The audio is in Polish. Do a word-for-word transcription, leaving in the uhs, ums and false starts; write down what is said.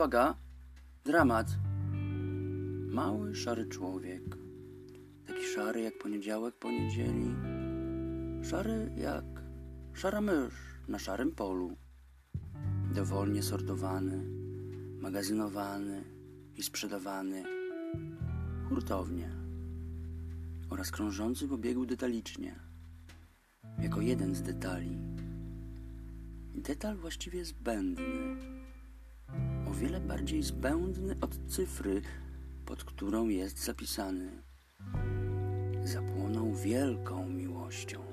uwaga, dramat. Mały, szary człowiek. Taki szary jak poniedziałek po niedzieli. Szary jak szara mysz na szarym polu. Dowolnie sortowany, magazynowany i sprzedawany hurtownie oraz krążący po biegu detalicznie, jako jeden z detali. Detal właściwie zbędny, o wiele bardziej zbędny od cyfry, pod którą jest zapisany. Zapłonął wielką miłością.